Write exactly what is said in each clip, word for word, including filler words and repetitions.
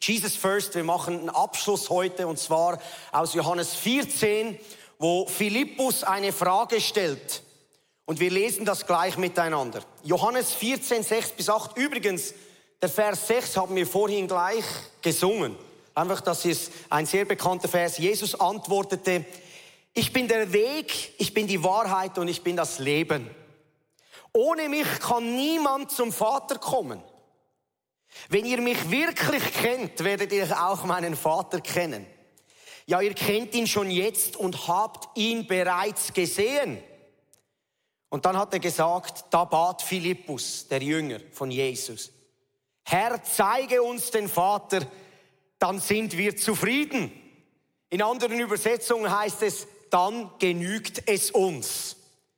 Jesus First. Wir machen einen Abschluss heute und zwar aus Johannes vierzehn, wo Philippus eine Frage stellt. Und wir lesen das gleich miteinander. Johannes vierzehn, sechs bis acht. Übrigens, der Vers sechs haben wir vorhin gleich gesungen. Einfach, das ist ein sehr bekannter Vers. Jesus antwortete: Ich bin der Weg, ich bin die Wahrheit und ich bin das Leben. Ohne mich kann niemand zum Vater kommen. Wenn ihr mich wirklich kennt, werdet ihr auch meinen Vater kennen. Ja, ihr kennt ihn schon jetzt und habt ihn bereits gesehen. Und dann hat er gesagt, da bat Philippus, der Jünger von Jesus: Herr, zeige uns den Vater, dann sind wir zufrieden. In anderen Übersetzungen heißt es, dann genügt es uns.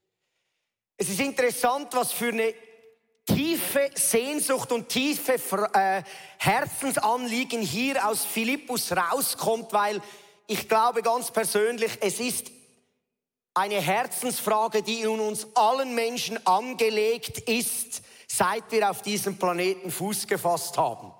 Es ist interessant, was für eine tiefe Sehnsucht und tiefe äh, Herzensanliegen hier aus Philippus rauskommt, weil ich glaube ganz persönlich, es ist eine Herzensfrage, die in uns allen Menschen angelegt ist, seit wir auf diesem Planeten Fuß gefasst haben.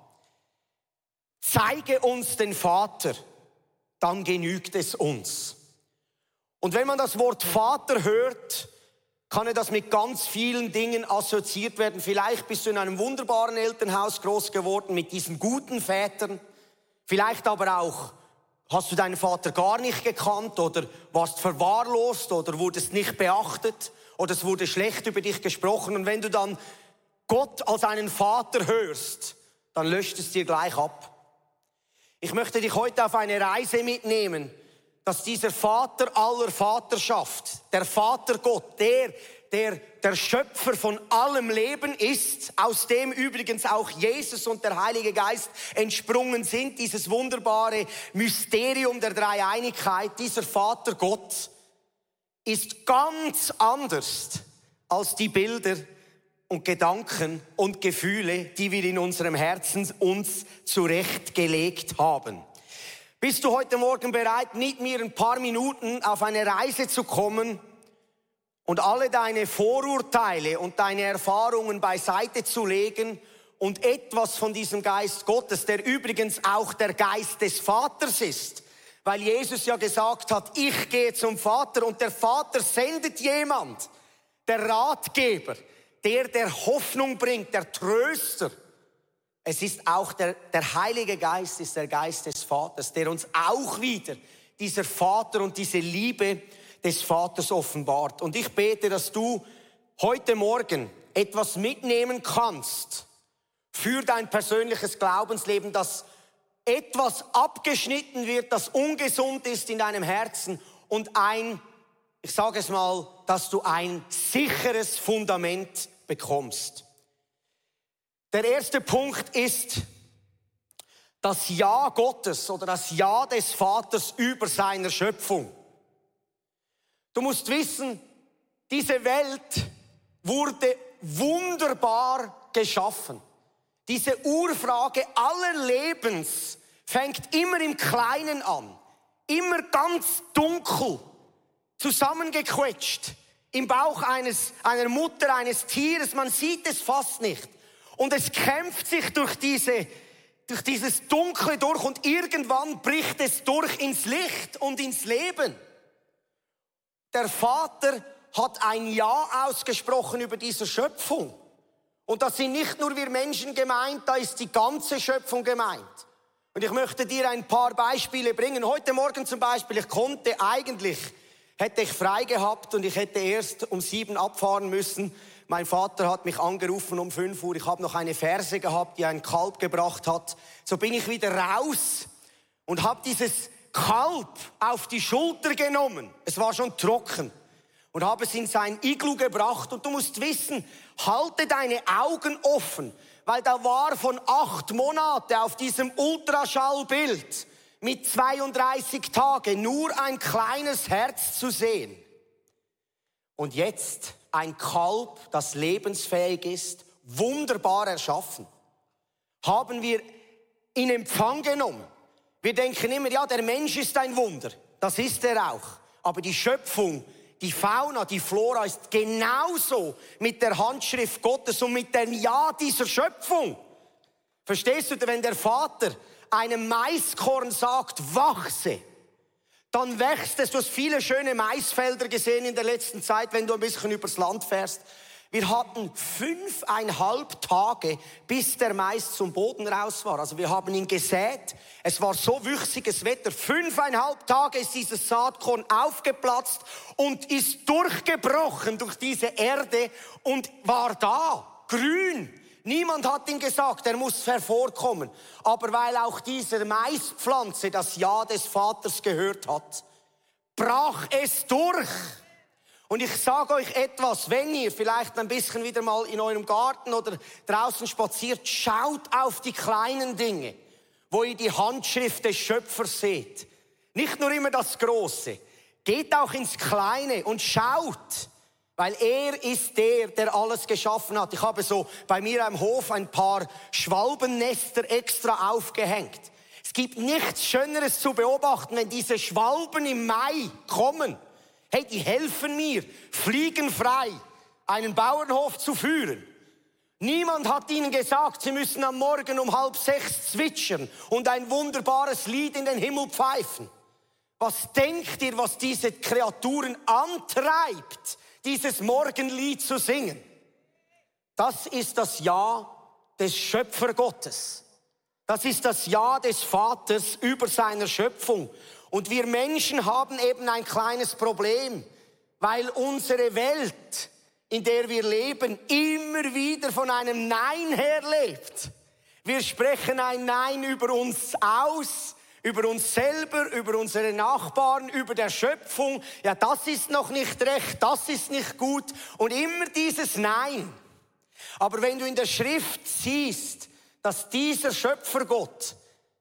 Zeige uns den Vater, dann genügt es uns. Und wenn man das Wort Vater hört, kann er das mit ganz vielen Dingen assoziiert werden. Vielleicht bist du in einem wunderbaren Elternhaus groß geworden mit diesen guten Vätern. Vielleicht aber auch hast du deinen Vater gar nicht gekannt oder warst verwahrlost oder wurdest nicht beachtet oder es wurde schlecht über dich gesprochen. Und wenn du dann Gott als einen Vater hörst, dann löscht es dir gleich ab. Ich möchte dich heute auf eine Reise mitnehmen, dass dieser Vater aller Vaterschaft, der Vater Gott, der, der der Schöpfer von allem Leben ist, aus dem übrigens auch Jesus und der Heilige Geist entsprungen sind, dieses wunderbare Mysterium der Dreieinigkeit, dieser Vater Gott, ist ganz anders als die Bilder und Gedanken und Gefühle, die wir in unserem Herzen uns zurechtgelegt haben. Bist du heute Morgen bereit, mit mir ein paar Minuten auf eine Reise zu kommen und alle deine Vorurteile und deine Erfahrungen beiseite zu legen und etwas von diesem Geist Gottes, der übrigens auch der Geist des Vaters ist, weil Jesus ja gesagt hat, ich gehe zum Vater und der Vater sendet jemand, der Ratgeber, der, der Hoffnung bringt, der Tröster. Es ist auch der, der Heilige Geist, ist der Geist des Vaters, der uns auch wieder dieser Vater und diese Liebe des Vaters offenbart. Und ich bete, dass du heute Morgen etwas mitnehmen kannst für dein persönliches Glaubensleben, dass etwas abgeschnitten wird, das ungesund ist in deinem Herzen und ein, ich sage es mal, dass du ein sicheres Fundament bekommst. Der erste Punkt ist das Ja Gottes oder das Ja des Vaters über seiner Schöpfung. Du musst wissen, diese Welt wurde wunderbar geschaffen. Diese Urfrage aller Lebens fängt immer im Kleinen an, immer ganz dunkel, zusammengequetscht, im Bauch eines, einer Mutter, eines Tieres, man sieht es fast nicht. Und es kämpft sich durch, diese, durch dieses Dunkle durch und irgendwann bricht es durch ins Licht und ins Leben. Der Vater hat ein Ja ausgesprochen über diese Schöpfung. Und das sind nicht nur wir Menschen gemeint, da ist die ganze Schöpfung gemeint. Und ich möchte dir ein paar Beispiele bringen. Heute Morgen zum Beispiel, ich konnte eigentlich, hätte ich frei gehabt und ich hätte erst um sieben abfahren müssen. Mein Vater hat mich angerufen um fünf Uhr. Ich habe noch eine Ferse gehabt, die ein Kalb gebracht hat. So bin ich wieder raus und habe dieses Kalb auf die Schulter genommen. Es war schon trocken. Und habe es in sein Iglu gebracht. Und du musst wissen, halte deine Augen offen. Weil da war von acht Monaten auf diesem Ultraschallbild mit zweiunddreißig Tagen nur ein kleines Herz zu sehen. Und jetzt ein Kalb, das lebensfähig ist, wunderbar erschaffen, haben wir in Empfang genommen. Wir denken immer, ja, der Mensch ist ein Wunder. Das ist er auch. Aber die Schöpfung, die Fauna, die Flora ist genauso mit der Handschrift Gottes und mit dem Ja dieser Schöpfung. Verstehst du, wenn der Vater einem Maiskorn sagt, wachse, dann wächst es. Du hast viele schöne Maisfelder gesehen in der letzten Zeit, wenn du ein bisschen übers Land fährst. Wir hatten fünfeinhalb Tage, bis der Mais zum Boden raus war. Also wir haben ihn gesät. Es war so wüchsiges Wetter. Fünfeinhalb Tage ist dieses Saatkorn aufgeplatzt und ist durchgebrochen durch diese Erde und war da, grün. Niemand hat ihm gesagt, er muss hervorkommen. Aber weil auch diese Maispflanze das Ja des Vaters gehört hat, brach es durch. Und ich sage euch etwas, wenn ihr vielleicht ein bisschen wieder mal in eurem Garten oder draußen spaziert, schaut auf die kleinen Dinge, wo ihr die Handschrift des Schöpfers seht. Nicht nur immer das Große. Geht auch ins Kleine und schaut, weil er ist der, der alles geschaffen hat. Ich habe so bei mir am Hof ein paar Schwalbennester extra aufgehängt. Es gibt nichts Schöneres zu beobachten, wenn diese Schwalben im Mai kommen. Hey, die helfen mir, fliegenfrei einen Bauernhof zu führen. Niemand hat ihnen gesagt, sie müssen am Morgen um halb sechs zwitschern und ein wunderbares Lied in den Himmel pfeifen. Was denkt ihr, was diese Kreaturen antreibt, dieses Morgenlied zu singen? Das ist das Ja des Schöpfergottes. Das ist das Ja des Vaters über seiner Schöpfung. Und wir Menschen haben eben ein kleines Problem, weil unsere Welt, in der wir leben, immer wieder von einem Nein her lebt. Wir sprechen ein Nein über uns aus, über uns selber, über unsere Nachbarn, über der Schöpfung. Ja, das ist noch nicht recht, das ist nicht gut. Und immer dieses Nein. Aber wenn du in der Schrift siehst, dass dieser Schöpfergott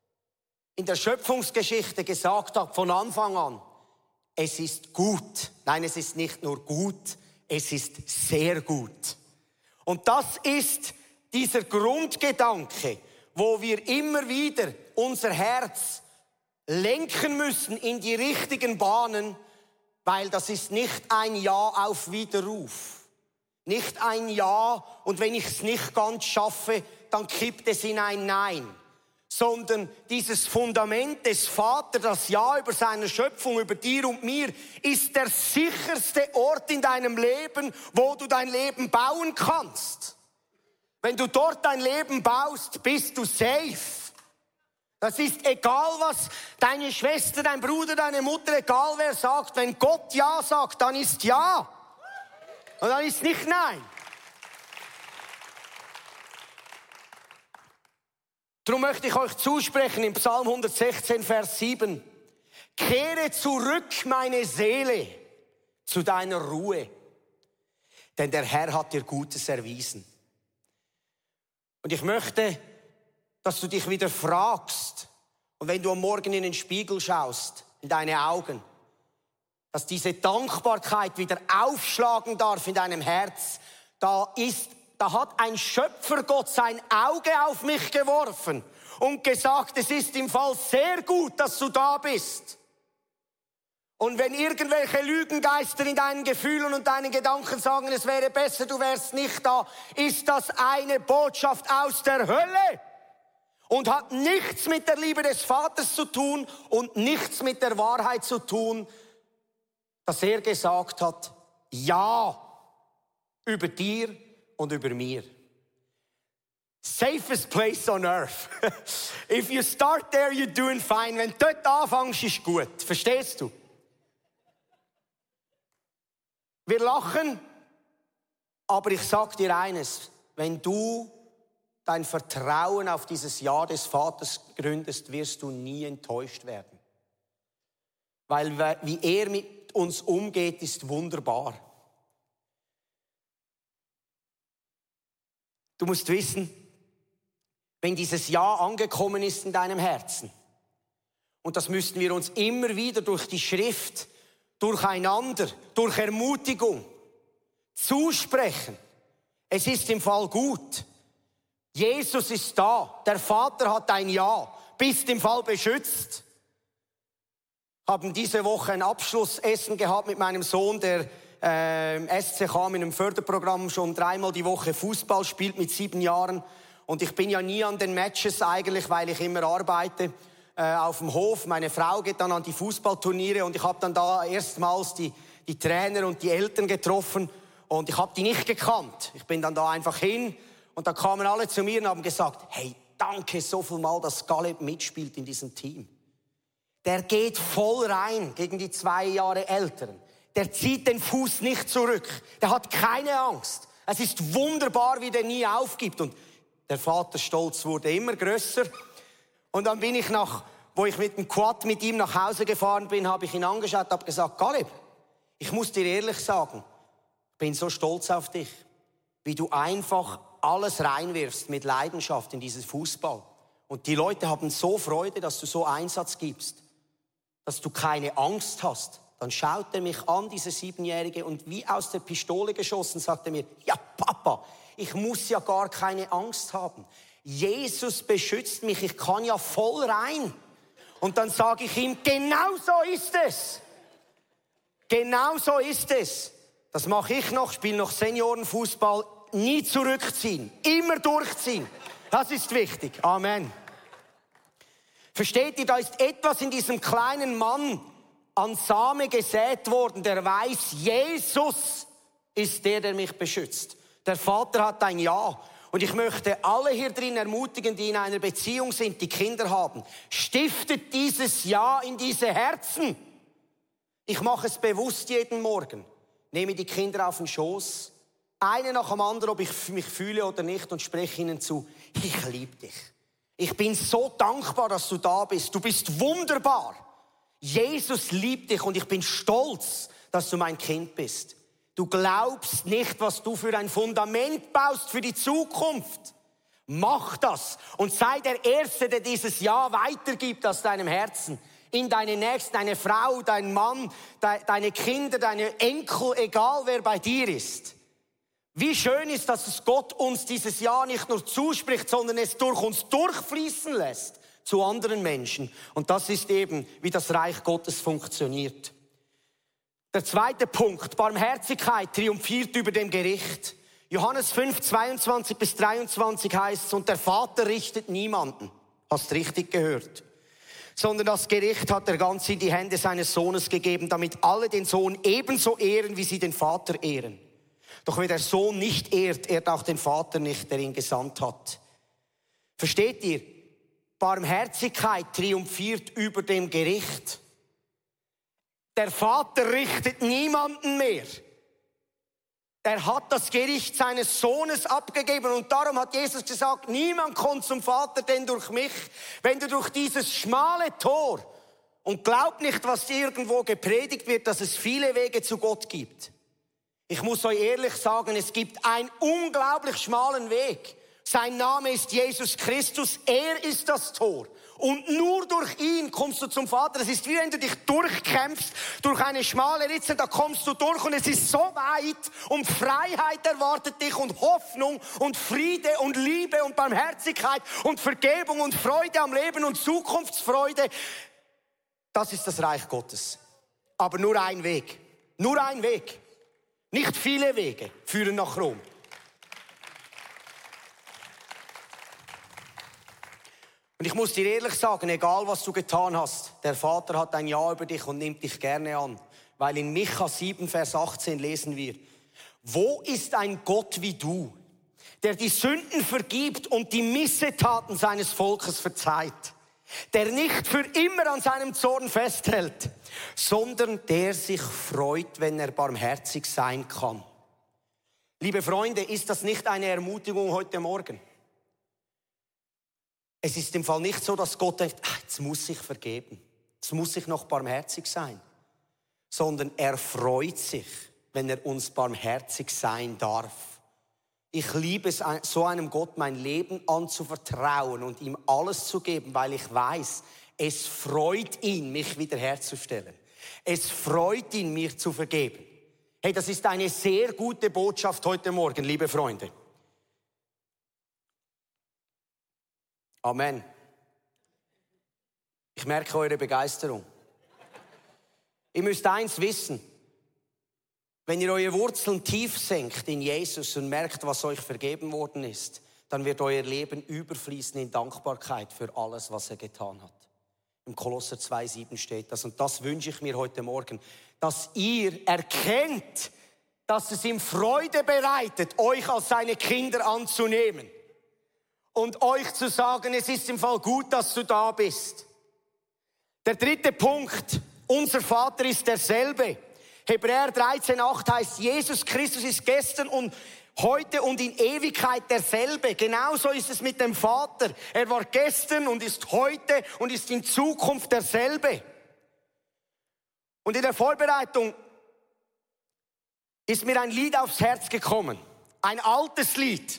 in der Schöpfungsgeschichte gesagt hat, von Anfang an, es ist gut. Nein, es ist nicht nur gut, es ist sehr gut. Und das ist dieser Grundgedanke, wo wir immer wieder unser Herz lenken müssen in die richtigen Bahnen, weil das ist nicht ein Ja auf Widerruf. Nicht ein Ja und wenn ich es nicht ganz schaffe, dann kippt es in ein Nein. Sondern dieses Fundament des Vaters, das Ja über seine Schöpfung, über dir und mir, ist der sicherste Ort in deinem Leben, wo du dein Leben bauen kannst. Wenn du dort dein Leben baust, bist du safe. Das ist egal, was deine Schwester, dein Bruder, deine Mutter, egal wer sagt, wenn Gott Ja sagt, dann ist Ja. Und dann ist nicht Nein. Darum möchte ich euch zusprechen im Psalm hundertsechzehn, Vers sieben. Kehre zurück, meine Seele, zu deiner Ruhe, denn der Herr hat dir Gutes erwiesen. Und ich möchte, dass du dich wieder fragst, und wenn du am Morgen in den Spiegel schaust, in deine Augen, dass diese Dankbarkeit wieder aufschlagen darf in deinem Herz. Da ist Da hat ein Schöpfergott sein Auge auf mich geworfen und gesagt, es ist im Fall sehr gut, dass du da bist. Und wenn irgendwelche Lügengeister in deinen Gefühlen und deinen Gedanken sagen, es wäre besser, du wärst nicht da, ist das eine Botschaft aus der Hölle und hat nichts mit der Liebe des Vaters zu tun und nichts mit der Wahrheit zu tun, dass er gesagt hat, Ja über dir und über mir. Safest place on earth. If you start there, you're doing fine. Wenn du dort anfängst, ist gut. Verstehst du? Wir lachen, aber ich sag dir eines. Wenn du dein Vertrauen auf dieses Ja des Vaters gründest, wirst du nie enttäuscht werden. Weil wie er mit uns umgeht, ist wunderbar. Du musst wissen, wenn dieses Ja angekommen ist in deinem Herzen, und das müssten wir uns immer wieder durch die Schrift, durcheinander, durch Ermutigung zusprechen. Es ist im Fall gut. Jesus ist da. Der Vater hat ein Ja. Bist im Fall beschützt. Haben diese Woche ein Abschlussessen gehabt mit meinem Sohn, der äh, im S C K mit einem Förderprogramm schon dreimal die Woche Fußball spielt mit sieben Jahren. Und ich bin ja nie an den Matches eigentlich, weil ich immer arbeite äh, auf dem Hof. Meine Frau geht dann an die Fußballturniere und ich habe dann da erstmals die, die Trainer und die Eltern getroffen und ich habe die nicht gekannt. Ich bin dann da einfach hin und da kamen alle zu mir und haben gesagt, hey, danke so viel mal, dass Galeb mitspielt in diesem Team. Der geht voll rein gegen die zwei Jahre Älteren. Der zieht den Fuß nicht zurück. Der hat keine Angst. Es ist wunderbar, wie der nie aufgibt. Und der Vaterstolz wurde immer größer. Und dann bin ich nach, wo ich mit dem Quad mit ihm nach Hause gefahren bin, habe ich ihn angeschaut, habe gesagt, Galeb, ich muss dir ehrlich sagen, ich bin so stolz auf dich, wie du einfach alles reinwirfst mit Leidenschaft in dieses Fußball. Und die Leute haben so Freude, dass du so Einsatz gibst, dass du keine Angst hast. Dann schaut er mich an, dieser Siebenjährige, und wie aus der Pistole geschossen, sagt er mir, ja Papa, ich muss ja gar keine Angst haben. Jesus beschützt mich, ich kann ja voll rein. Und dann sage ich ihm, genau so ist es. Genau so ist es. Das mache ich noch, spiele noch Seniorenfußball, nie zurückziehen, immer durchziehen. Das ist wichtig. Amen. Versteht ihr, da ist etwas in diesem kleinen Mann an Same gesät worden, der weiß, Jesus ist der, der mich beschützt. Der Vater hat ein Ja. Und ich möchte alle hier drin ermutigen, die in einer Beziehung sind, die Kinder haben. Stiftet dieses Ja in diese Herzen. Ich mache es bewusst jeden Morgen. Nehme die Kinder auf den Schoß, eine nach dem anderen, ob ich mich fühle oder nicht, und spreche ihnen zu, ich liebe dich. Ich bin so dankbar, dass du da bist. Du bist wunderbar. Jesus liebt dich und ich bin stolz, dass du mein Kind bist. Du glaubst nicht, was du für ein Fundament baust für die Zukunft. Mach das und sei der Erste, der dieses Ja weitergibt aus deinem Herzen. In deine Nächsten, deine Frau, dein Mann, de, deine Kinder, deine Enkel, egal wer bei dir ist. Wie schön ist, dass es Gott uns dieses Ja nicht nur zuspricht, sondern es durch uns durchfließen lässt zu anderen Menschen. Und das ist eben, wie das Reich Gottes funktioniert. Der zweite Punkt, Barmherzigkeit triumphiert über dem Gericht. Johannes fünf, zweiundzwanzig bis dreiundzwanzig heißt es, und der Vater richtet niemanden. Hast richtig gehört. Sondern das Gericht hat er ganz in die Hände seines Sohnes gegeben, damit alle den Sohn ebenso ehren, wie sie den Vater ehren. Doch wer der Sohn nicht ehrt, ehrt auch den Vater nicht, der ihn gesandt hat. Versteht ihr? Barmherzigkeit triumphiert über dem Gericht. Der Vater richtet niemanden mehr. Er hat das Gericht seines Sohnes abgegeben und darum hat Jesus gesagt, niemand kommt zum Vater, denn durch mich. Wenn du durch dieses schmale Tor, und glaub nicht, was irgendwo gepredigt wird, dass es viele Wege zu Gott gibt. Ich muss euch ehrlich sagen, es gibt einen unglaublich schmalen Weg. Sein Name ist Jesus Christus, er ist das Tor. Und nur durch ihn kommst du zum Vater. Es ist wie wenn du dich durchkämpfst durch eine schmale Ritze, da kommst du durch und es ist so weit und Freiheit erwartet dich und Hoffnung und Friede und Liebe und Barmherzigkeit und Vergebung und Freude am Leben und Zukunftsfreude. Das ist das Reich Gottes. Aber nur ein Weg. Nur ein Weg. Nicht viele Wege führen nach Rom. Und ich muss dir ehrlich sagen, egal was du getan hast, der Vater hat ein Ja über dich und nimmt dich gerne an. Weil in Micha sieben, Vers achtzehn lesen wir, wo ist ein Gott wie du, der die Sünden vergibt und die Missetaten seines Volkes verzeiht, der nicht für immer an seinem Zorn festhält, sondern der sich freut, wenn er barmherzig sein kann. Liebe Freunde, ist das nicht eine Ermutigung heute Morgen? Es ist im Fall nicht so, dass Gott denkt, ach, jetzt muss ich vergeben, jetzt muss ich noch barmherzig sein, sondern er freut sich, wenn er uns barmherzig sein darf. Ich liebe es, so einem Gott mein Leben anzuvertrauen und ihm alles zu geben, weil ich weiß, es freut ihn, mich wiederherzustellen. Es freut ihn, mir zu vergeben. Hey, das ist eine sehr gute Botschaft heute Morgen, liebe Freunde. Amen. Ich merke eure Begeisterung. Ihr müsst eins wissen. Wenn ihr eure Wurzeln tief senkt in Jesus und merkt, was euch vergeben worden ist, dann wird euer Leben überfließen in Dankbarkeit für alles, was er getan hat. Im Kolosser zwei sieben steht das. Und das wünsche ich mir heute Morgen, dass ihr erkennt, dass es ihm Freude bereitet, euch als seine Kinder anzunehmen. Und euch zu sagen, es ist im Fall gut, dass du da bist. Der dritte Punkt, unser Vater ist derselbe. Hebräer dreizehn acht heißt, Jesus Christus ist gestern und heute und in Ewigkeit derselbe. Genauso ist es mit dem Vater. Er war gestern und ist heute und ist in Zukunft derselbe. Und in der Vorbereitung ist mir ein Lied aufs Herz gekommen. Ein altes Lied.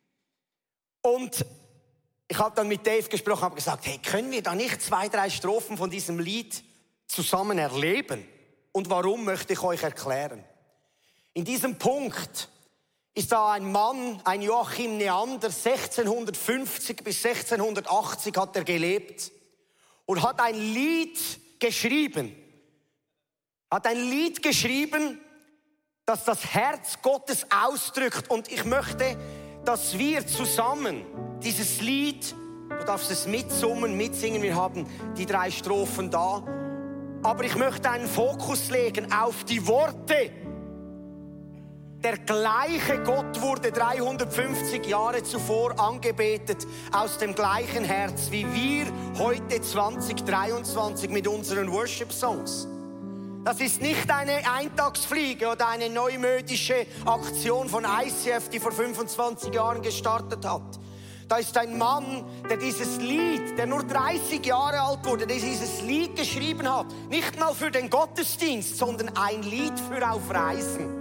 Und ich habe dann mit Dave gesprochen, habe gesagt, hey, können wir da nicht zwei, drei Strophen von diesem Lied zusammen erleben? Und warum, möchte ich euch erklären. In diesem Punkt ist da ein Mann, ein Joachim Neander, sechzehnhundertfünfzig bis sechzehnhundertachtzig hat er gelebt und hat ein Lied geschrieben. Hat ein Lied geschrieben, das das Herz Gottes ausdrückt. Und ich möchte, dass wir zusammen dieses Lied, du darfst es mitsummen, mitsingen, wir haben die drei Strophen da, aber ich möchte einen Fokus legen auf die Worte. Der gleiche Gott wurde dreihundertfünfzig Jahre zuvor angebetet, aus dem gleichen Herz wie wir heute zwanzig dreiundzwanzig mit unseren Worship-Songs. Das ist nicht eine Eintagsfliege oder eine neumodische Aktion von I C F, die vor fünfundzwanzig Jahren gestartet hat. Da ist ein Mann, der dieses Lied, der nur dreißig Jahre alt wurde, der dieses Lied geschrieben hat. Nicht mal für den Gottesdienst, sondern ein Lied für auf Reisen.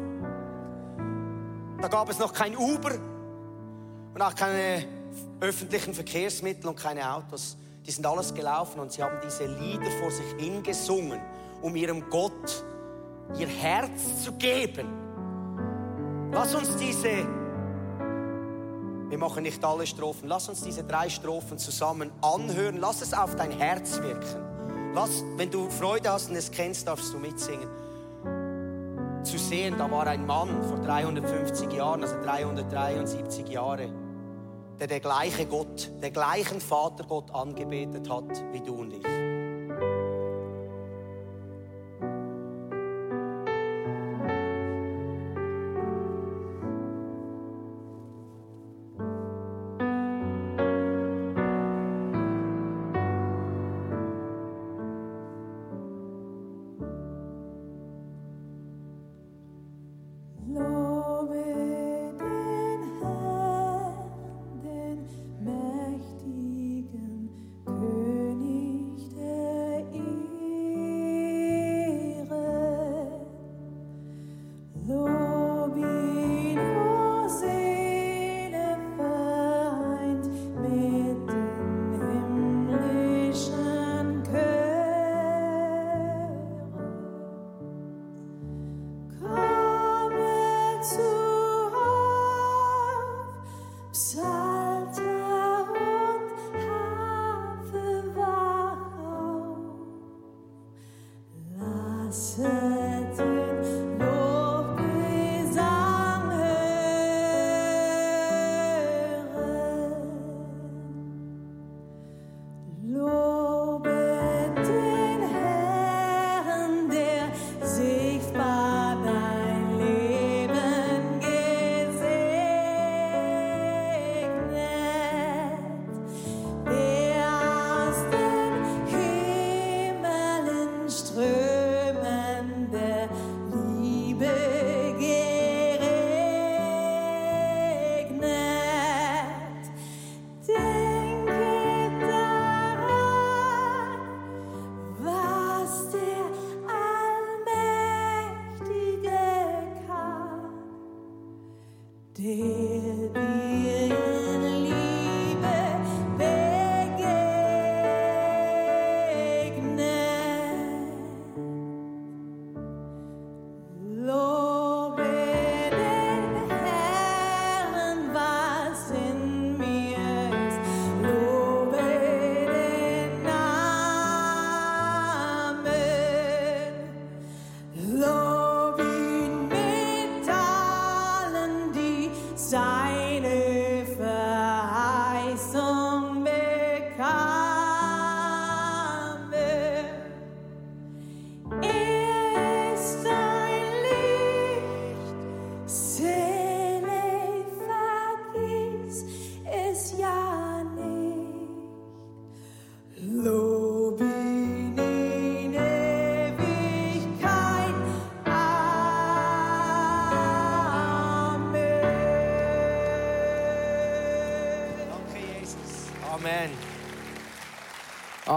Da gab es noch kein Uber und auch keine öffentlichen Verkehrsmittel und keine Autos. Die sind alles gelaufen und sie haben diese Lieder vor sich hingesungen, um ihrem Gott ihr Herz zu geben. Lass uns diese, wir machen nicht alle Strophen, lass uns diese drei Strophen zusammen anhören. Lass es auf dein Herz wirken. Lass, wenn du Freude hast und es kennst, darfst du mitsingen. Zu sehen, da war ein Mann vor dreihundertfünfzig Jahren, also dreihundertdreiundsiebzig Jahre, der der gleiche Gott, der gleichen Vatergott angebetet hat wie du und ich.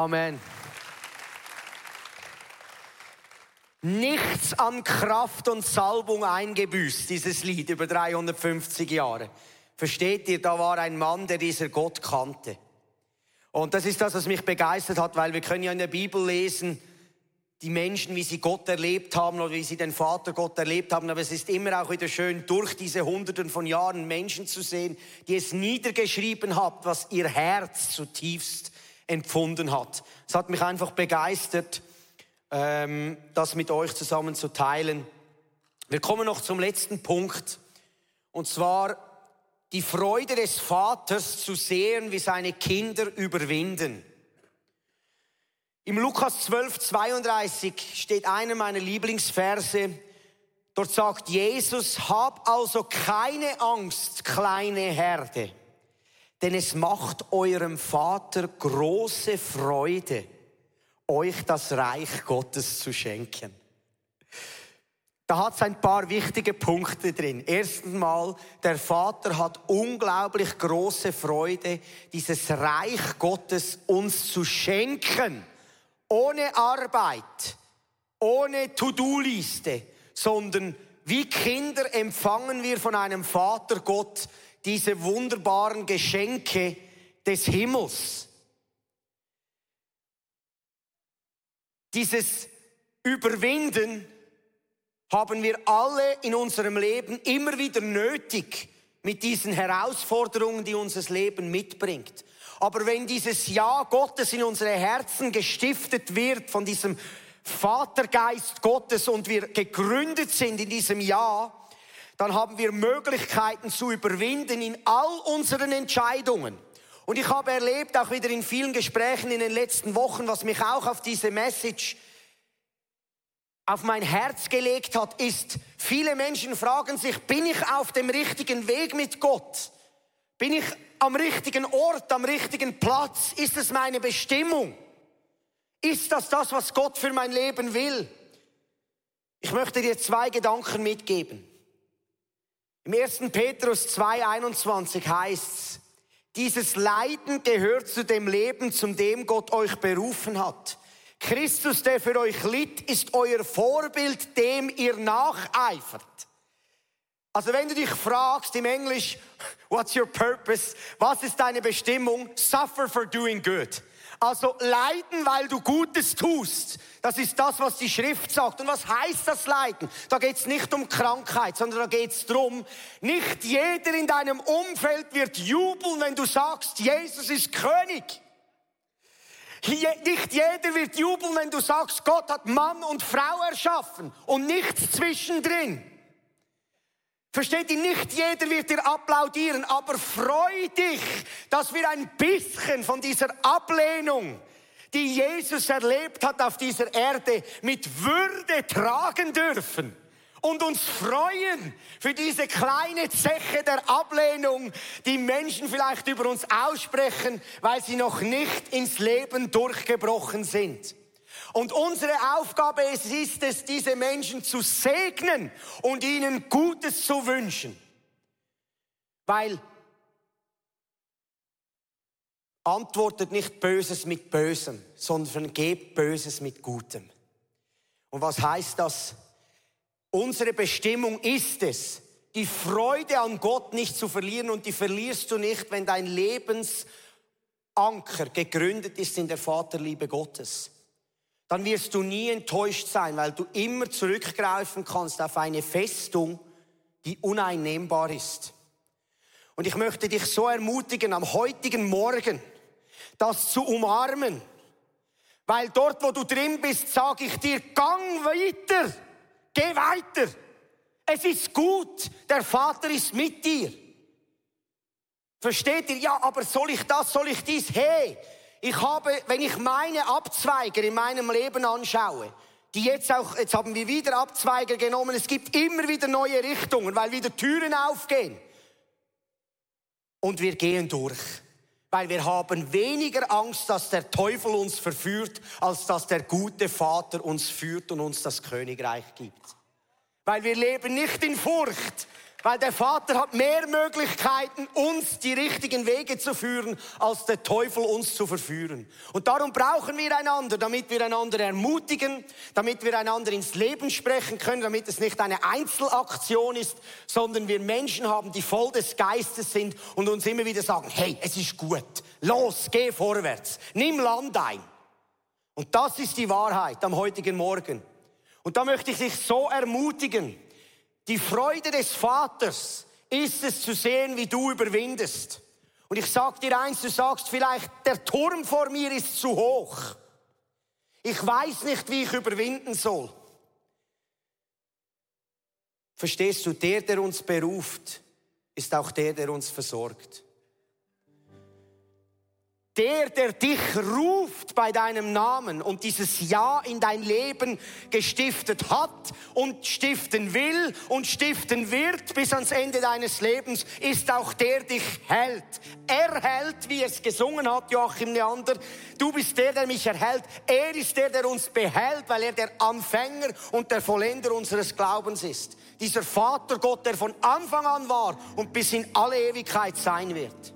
Amen. Nichts an Kraft und Salbung eingebüßt, dieses Lied über dreihundertfünfzig Jahre. Versteht ihr, da war ein Mann, der dieser Gott kannte. Und das ist das, was mich begeistert hat, weil wir können ja in der Bibel lesen, die Menschen, wie sie Gott erlebt haben oder wie sie den Vater Gott erlebt haben. Aber es ist immer auch wieder schön, durch diese Hunderten von Jahren Menschen zu sehen, die es niedergeschrieben haben, was ihr Herz zutiefst empfunden hat. Es hat mich einfach begeistert, ähm, das mit euch zusammen zu teilen. Wir kommen noch zum letzten Punkt. Und zwar die Freude des Vaters zu sehen, wie seine Kinder überwinden. Im Lukas zwölf, zweiunddreißig steht einer meiner Lieblingsverse. Dort sagt Jesus, hab also keine Angst, kleine Herde, denn es macht eurem Vater große Freude, euch das Reich Gottes zu schenken. Da hat es ein paar wichtige Punkte drin. Erstens mal, der Vater hat unglaublich große Freude, dieses Reich Gottes uns zu schenken. Ohne Arbeit, ohne To-Do-Liste, sondern wie Kinder empfangen wir von einem Vater Gott diese wunderbaren Geschenke des Himmels. Dieses Überwinden haben wir alle in unserem Leben immer wieder nötig mit diesen Herausforderungen, die unser Leben mitbringt. Aber wenn dieses Ja Gottes in unsere Herzen gestiftet wird von diesem Vatergeist Gottes und wir gegründet sind in diesem Ja, dann haben wir Möglichkeiten zu überwinden in all unseren Entscheidungen. Und ich habe erlebt, auch wieder in vielen Gesprächen in den letzten Wochen, was mich auch auf diese Message auf mein Herz gelegt hat, ist, viele Menschen fragen sich, bin ich auf dem richtigen Weg mit Gott? Bin ich am richtigen Ort, am richtigen Platz? Ist es meine Bestimmung? Ist das das, was Gott für mein Leben will? Ich möchte dir zwei Gedanken mitgeben. Im ersten Petrus zwei, einundzwanzig heißt's, dieses Leiden gehört zu dem Leben, zu dem Gott euch berufen hat. Christus, der für euch litt, ist euer Vorbild, dem ihr nacheifert. Also wenn du dich fragst im Englisch, what's your purpose? Was ist deine Bestimmung? Suffer for doing good. Also leiden, weil du Gutes tust. Das ist das, was die Schrift sagt. Und was heißt das Leiden? Da geht es nicht um Krankheit, sondern da geht es darum, nicht jeder in deinem Umfeld wird jubeln, wenn du sagst, Jesus ist König. Nicht jeder wird jubeln, wenn du sagst, Gott hat Mann und Frau erschaffen und nichts zwischendrin. Versteht ihr, nicht jeder wird dir applaudieren, aber freu dich, dass wir ein bisschen von dieser Ablehnung, die Jesus erlebt hat auf dieser Erde, mit Würde tragen dürfen und uns freuen für diese kleine Zeche der Ablehnung, die Menschen vielleicht über uns aussprechen, weil sie noch nicht ins Leben durchgebrochen sind. Und unsere Aufgabe ist, ist es, diese Menschen zu segnen und ihnen Gutes zu wünschen. Weil antwortet nicht Böses mit Bösem, sondern gebt Böses mit Gutem. Und was heißt das? Unsere Bestimmung ist es, die Freude an Gott nicht zu verlieren, und die verlierst du nicht, wenn dein Lebensanker gegründet ist in der Vaterliebe Gottes. Dann wirst du nie enttäuscht sein, weil du immer zurückgreifen kannst auf eine Festung, die uneinnehmbar ist. Und ich möchte dich so ermutigen, am heutigen Morgen das zu umarmen. Weil dort, wo du drin bist, sage ich dir, gang weiter, geh weiter. Es ist gut, der Vater ist mit dir. Versteht ihr? Ja, aber soll ich das, soll ich dies? Hey, ich habe, wenn ich meine Abzweiger in meinem Leben anschaue, die jetzt auch, jetzt haben wir wieder Abzweiger genommen, es gibt immer wieder neue Richtungen, weil wieder Türen aufgehen. Und wir gehen durch, weil wir haben weniger Angst, dass der Teufel uns verführt, als dass der gute Vater uns führt und uns das Königreich gibt. Weil wir leben nicht in Furcht, Weil der Vater hat mehr Möglichkeiten, uns die richtigen Wege zu führen, als der Teufel uns zu verführen. Und darum brauchen wir einander, damit wir einander ermutigen, damit wir einander ins Leben sprechen können, damit es nicht eine Einzelaktion ist, sondern wir Menschen haben, die voll des Geistes sind und uns immer wieder sagen, hey, es ist gut, los, geh vorwärts, nimm Land ein. Und das ist die Wahrheit am heutigen Morgen. Und da möchte ich dich so ermutigen, die Freude des Vaters ist es zu sehen, wie du überwindest. Und ich sag dir eins, du sagst vielleicht, der Turm vor mir ist zu hoch. Ich weiß nicht, wie ich überwinden soll. Verstehst du, der, der uns beruft, ist auch der, der uns versorgt. Der, der dich ruft bei deinem Namen und dieses Ja in dein Leben gestiftet hat und stiften will und stiften wird bis ans Ende deines Lebens, ist auch der, der dich hält. Er hält, wie es gesungen hat, Joachim Neander. Du bist der, der mich erhält. Er ist der, der uns behält, weil er der Anfänger und der Vollender unseres Glaubens ist. Dieser Vater Gott, der von Anfang an war und bis in alle Ewigkeit sein wird.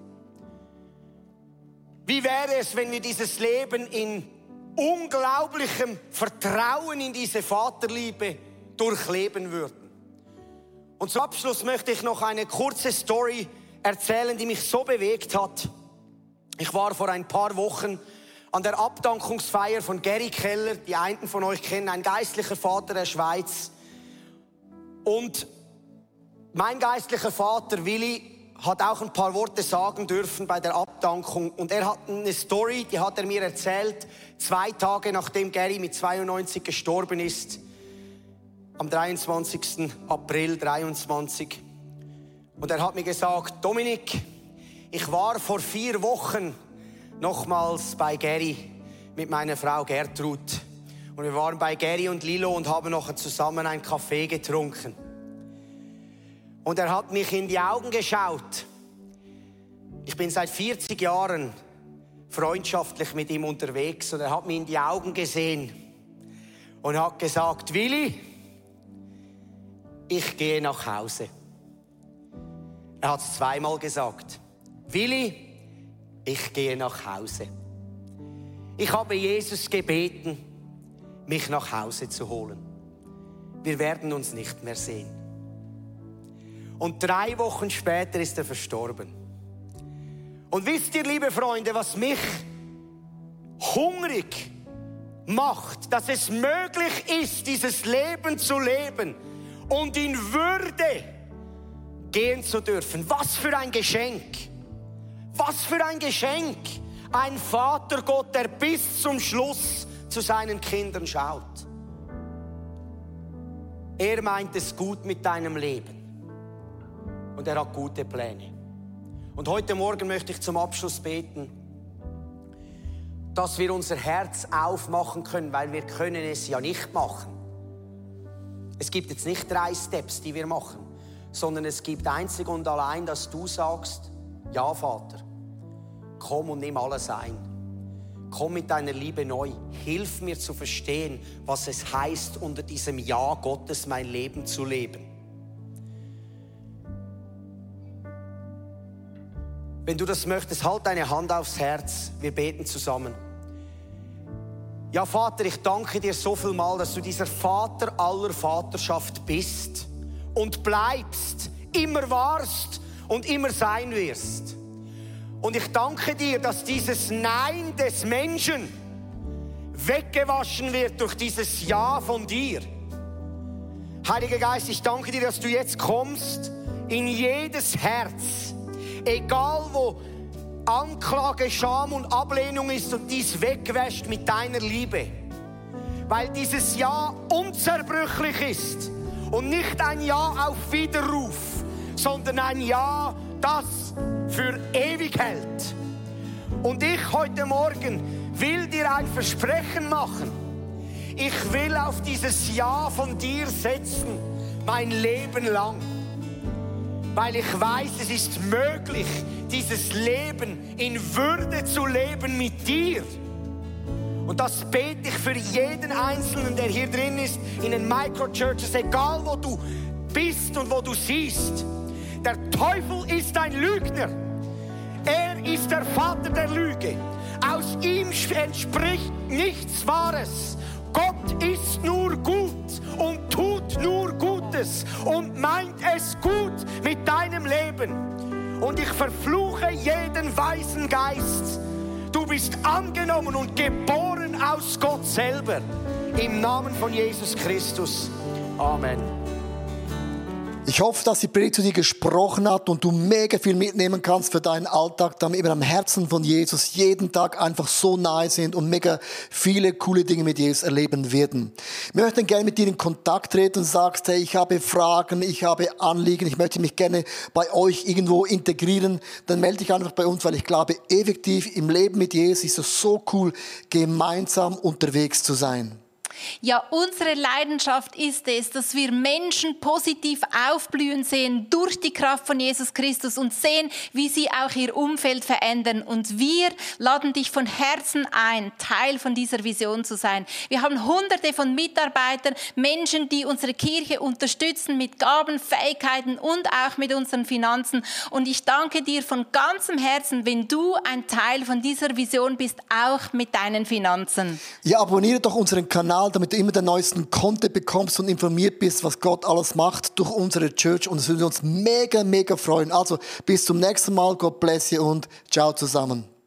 Wie wäre es, wenn wir dieses Leben in unglaublichem Vertrauen in diese Vaterliebe durchleben würden? Und zum Abschluss möchte ich noch eine kurze Story erzählen, die mich so bewegt hat. Ich war vor ein paar Wochen an der Abdankungsfeier von Gary Keller. Die einen von euch kennen, ein geistlicher Vater der Schweiz. Und mein geistlicher Vater, Willi, hat auch ein paar Worte sagen dürfen bei der Abdankung. Und er hat eine Story, die hat er mir erzählt, zwei Tage nachdem Gary mit zweiundneunzig gestorben ist, am dreiundzwanzigsten April dreiundzwanzig. Und er hat mir gesagt, Dominik, ich war vor vier Wochen nochmals bei Gary mit meiner Frau Gertrud. Und wir waren bei Gary und Lilo und haben noch zusammen einen Kaffee getrunken. Und er hat mich in die Augen geschaut. Ich bin seit vierzig Jahren freundschaftlich mit ihm unterwegs. Und er hat mir in die Augen gesehen und hat gesagt, Willi, ich gehe nach Hause. Er hat es zweimal gesagt. Willi, ich gehe nach Hause. Ich habe Jesus gebeten, mich nach Hause zu holen. Wir werden uns nicht mehr sehen. Und drei Wochen später ist er verstorben. Und wisst ihr, liebe Freunde, was mich hungrig macht, dass es möglich ist, dieses Leben zu leben und in Würde gehen zu dürfen. Was für ein Geschenk! Was für ein Geschenk! Ein Vater Gott, der bis zum Schluss zu seinen Kindern schaut. Er meint es gut mit deinem Leben. Und er hat gute Pläne. Und heute Morgen möchte ich zum Abschluss beten, dass wir unser Herz aufmachen können, weil wir können es ja nicht machen. Es gibt jetzt nicht drei Steps, die wir machen, sondern es gibt einzig und allein, dass du sagst, ja Vater, komm und nimm alles ein. Komm mit deiner Liebe neu. Hilf mir zu verstehen, was es heißt, unter diesem Ja Gottes mein Leben zu leben. Wenn du das möchtest, halt deine Hand aufs Herz. Wir beten zusammen. Ja, Vater, ich danke dir so viel mal, dass du dieser Vater aller Vaterschaft bist und bleibst, immer warst und immer sein wirst. Und ich danke dir, dass dieses Nein des Menschen weggewaschen wird durch dieses Ja von dir. Heiliger Geist, ich danke dir, dass du jetzt kommst in jedes Herz. Egal wo Anklage, Scham und Ablehnung ist und dies wegwäscht mit deiner Liebe. Weil dieses Ja unzerbrüchlich ist und nicht ein Ja auf Widerruf, sondern ein Ja, das für ewig hält. Und ich heute Morgen will dir ein Versprechen machen. Ich will auf dieses Ja von dir setzen, mein Leben lang. Weil ich weiß, es ist möglich, dieses Leben in Würde zu leben mit dir. Und das bete ich für jeden Einzelnen, der hier drin ist, in den Microchurches, egal wo du bist und wo du siehst. Der Teufel ist ein Lügner. Er ist der Vater der Lüge. Aus ihm entspricht nichts Wahres. Gott ist nur gut und tut nur Gutes und meint es gut mit deinem Leben. Und ich verfluche jeden weisen Geist. Du bist angenommen und geboren aus Gott selber. Im Namen von Jesus Christus. Amen. Ich hoffe, dass die Predigt zu dir gesprochen hat und du mega viel mitnehmen kannst für deinen Alltag, damit wir am Herzen von Jesus jeden Tag einfach so nahe sind und mega viele coole Dinge mit Jesus erleben werden. Wir möchten gerne mit dir in Kontakt treten und sagst, hey, ich habe Fragen, ich habe Anliegen, ich möchte mich gerne bei euch irgendwo integrieren, dann melde dich einfach bei uns, weil ich glaube, effektiv im Leben mit Jesus ist es so cool, gemeinsam unterwegs zu sein. Ja, unsere Leidenschaft ist es, dass wir Menschen positiv aufblühen sehen durch die Kraft von Jesus Christus und sehen, wie sie auch ihr Umfeld verändern. Und wir laden dich von Herzen ein, Teil von dieser Vision zu sein. Wir haben hunderte von Mitarbeitern, Menschen, die unsere Kirche unterstützen mit Gaben, Fähigkeiten und auch mit unseren Finanzen. Und ich danke dir von ganzem Herzen, wenn du ein Teil von dieser Vision bist, auch mit deinen Finanzen. Ja, abonniere doch unseren Kanal, damit du immer den neuesten Content bekommst und informiert bist, was Gott alles macht durch unsere Church. Und es würde uns mega, mega freuen. Also bis zum nächsten Mal. Gott bless you und ciao zusammen.